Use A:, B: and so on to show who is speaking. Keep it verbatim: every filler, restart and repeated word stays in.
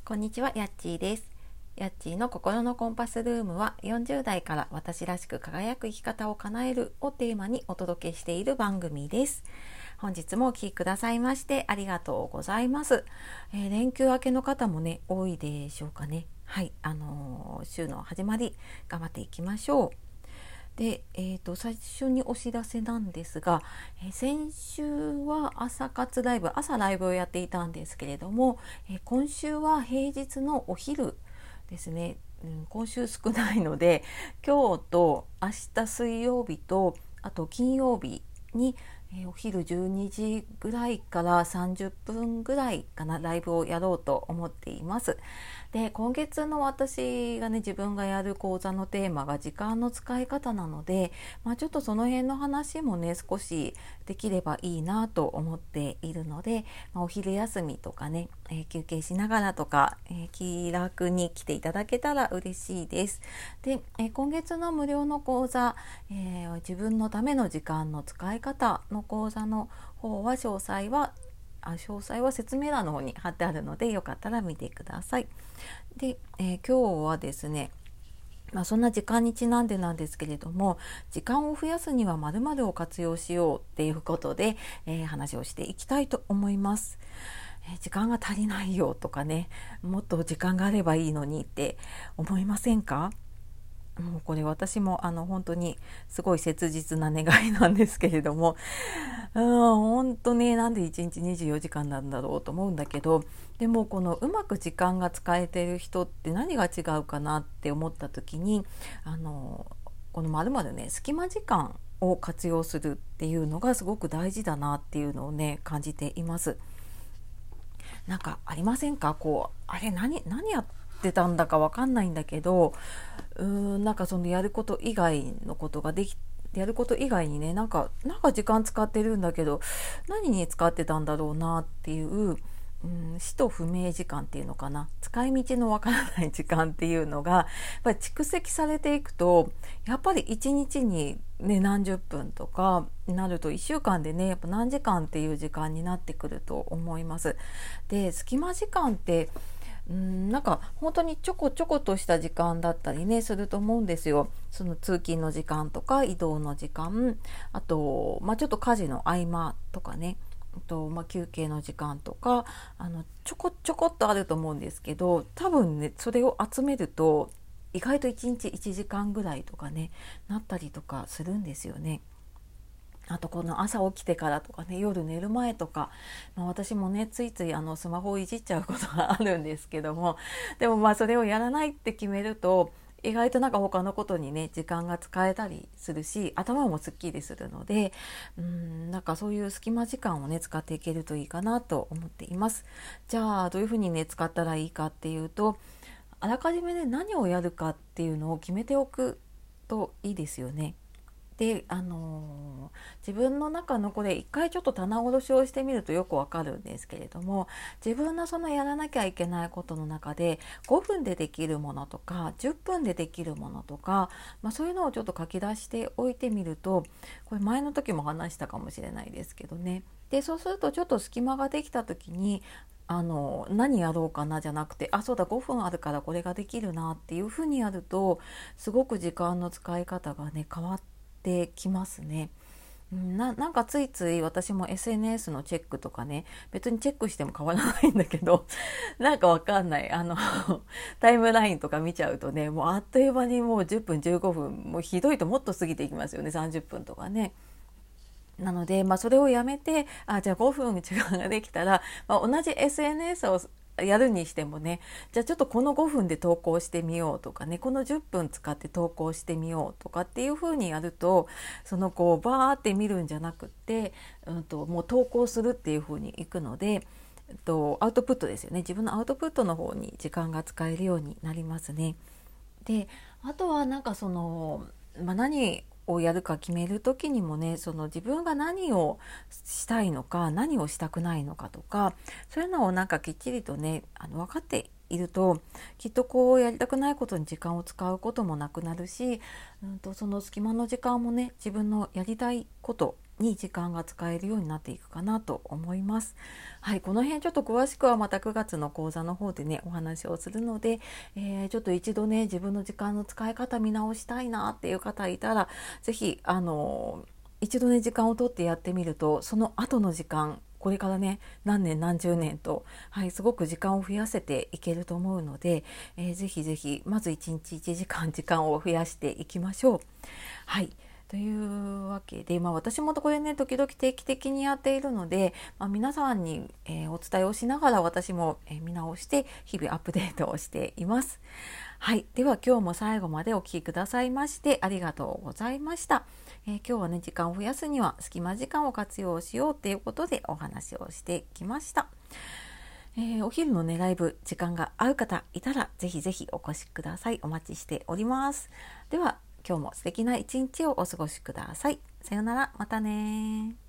A: こんにちは、やっちーです。やっちーの心のコンパスルームはよんじゅう代から私らしく輝く生き方を叶えるをテーマにお届けしている番組です。本日もお聞きくださいましてありがとうございます。えー、連休明けの方もね、多いでしょうかね。はい、あのー、週の始まり頑張っていきましょう。で、えー、と最初にお知らせなんですが、えー先週は朝活ライブ朝ライブをやっていたんですけれども、えー今週は平日のお昼ですね、うん、今週少ないので今日と明日水曜日とあと金曜日に、えーお昼じゅうにじぐらいからさんじゅっぷんぐらいかなライブをやろうと思っています。で、今月の私がね自分がやる講座のテーマが時間の使い方なので、まあ、ちょっとその辺の話もね少しできればいいなと思っているので、まあ、お昼休みとかね、えー休憩しながらとか、えー気楽に来ていただけたら嬉しいです。で、えー今月の無料の講座、えー自分のための時間の使い方の講座の方は詳細はあ詳細は説明欄の方に貼ってあるのでよかったら見てください。で、えー今日はですね、まあ、そんな時間にちなんでなんですけれども、時間を増やすには〇〇を活用しようっていうことで、えー話をしていきたいと思います。えー時間が足りないよとかね、もっと時間があればいいのにって思いませんか？もうこれ私もあの本当にすごい切実な願いなんですけれども、うん、本当になんでいちにちにじゅうよじかんなんだろうと思うんだけど、でもこのうまく時間が使えている人って何が違うかなって思った時に、あのこのまるまるね隙間時間を活用するっていうのがすごく大事だなっていうのをね感じています。なんかありませんか？こうあれ何何やってたんだかわかんないんだけど、うーんなんかそのやること以外のことができやること以外にねなんかなんか時間使ってるんだけど何に使ってたんだろうなっていう、うん、使途不明時間っていうのかな、使い道のわからない時間っていうのがやっぱり蓄積されていくと、やっぱりいちにちに、ね、何十分とかになるといっしゅうかんでねやっぱ何時間っていう時間になってくると思います。で、隙間時間ってうんなんか本当にちょこちょことした時間だったりねすると思うんですよ。その通勤の時間とか移動の時間、あと、まあ、ちょっと家事の合間とかね、あと、まあ、休憩の時間とかあのちょこちょこっとあると思うんですけど、多分ねそれを集めると意外といちにちいちじかんぐらいとかねなったりとかするんですよね。あとこの朝起きてからとかね、夜寝る前とか、まあ、私もねついついあのスマホをいじっちゃうことがあるんですけども、でもまあそれをやらないって決めると意外となんか他のことにね時間が使えたりするし、頭もすっきりするので、うーんなんかそういう隙間時間をね使っていけるといいかなと思っています。じゃあどういうふうにね使ったらいいかっていうと、あらかじめね何をやるかっていうのを決めておくといいですよね。で、あのー自分の中のこれ一回ちょっと棚卸しをしてみるとよくわかるんですけれども、自分のそのやらなきゃいけないことの中でごふんでできるものとかじゅっぷんでできるものとか、まあ、そういうのをちょっと書き出しておいてみると、これ前の時も話したかもしれないですけどね、でそうするとちょっと隙間ができた時にあの何やろうかなじゃなくて、あそうだごふんあるからこれができるなっていうふうにやると、すごく時間の使い方がね変わってきますね。うんな、なんかついつい私も エスエヌエス のチェックとかね、別にチェックしても変わらないんだけどなんかわかんないあのタイムラインとか見ちゃうとね、もうあっという間にもうじゅっぷんじゅうごふん、もうひどいともっと過ぎていきますよね、さんじゅっぷんとかね。なので、まあ、それをやめて、あじゃあごふん時間ができたら、まあ、同じ エスエヌエス をやるにしてもね、じゃあちょっとこのごふんで投稿してみようとかね、このじゅっぷん使って投稿してみようとかっていう風にやると、そのこうバーって見るんじゃなくって、うんと、もう投稿するっていう風にいくので、えっと、アウトプットですよね、自分のアウトプットの方に時間が使えるようになりますね。で、あとはなんかその、まあ、何をやるか決める時にもね、その自分が何をしたいのか何をしたくないのかとか、そういうのをなんかきっちりとねあの分かっていると、きっとこうやりたくないことに時間を使うこともなくなるし、うんとその隙間の時間もね自分のやりたいことに時間が使えるようになっていくかなと思います。はい、この辺ちょっと詳しくはまたくがつの講座の方でねお話をするので、えー、ちょっと一度ね自分の時間の使い方見直したいなっていう方いたら、ぜひあの一度ね時間を取ってやってみると、その後の時間、これからね何年何十年と、はい、すごく時間を増やせていけると思うので、えー、ぜひぜひまずいちにちいちじかん時間を増やしていきましょう。はい、というわけで、まあ、私もこれね時々定期的にやっているので、まあ、皆さんに、えー、お伝えをしながら私も、えー、見直して日々アップデートをしています。はい、では今日も最後までお聞きくださいましてありがとうございました。えー、今日はね時間を増やすには隙間時間を活用しようということでお話をしてきました。えー、お昼のねライブ時間が合う方いたらぜひぜひお越しください。お待ちしております。では今日も素敵な一日をお過ごしください。さようなら、またね。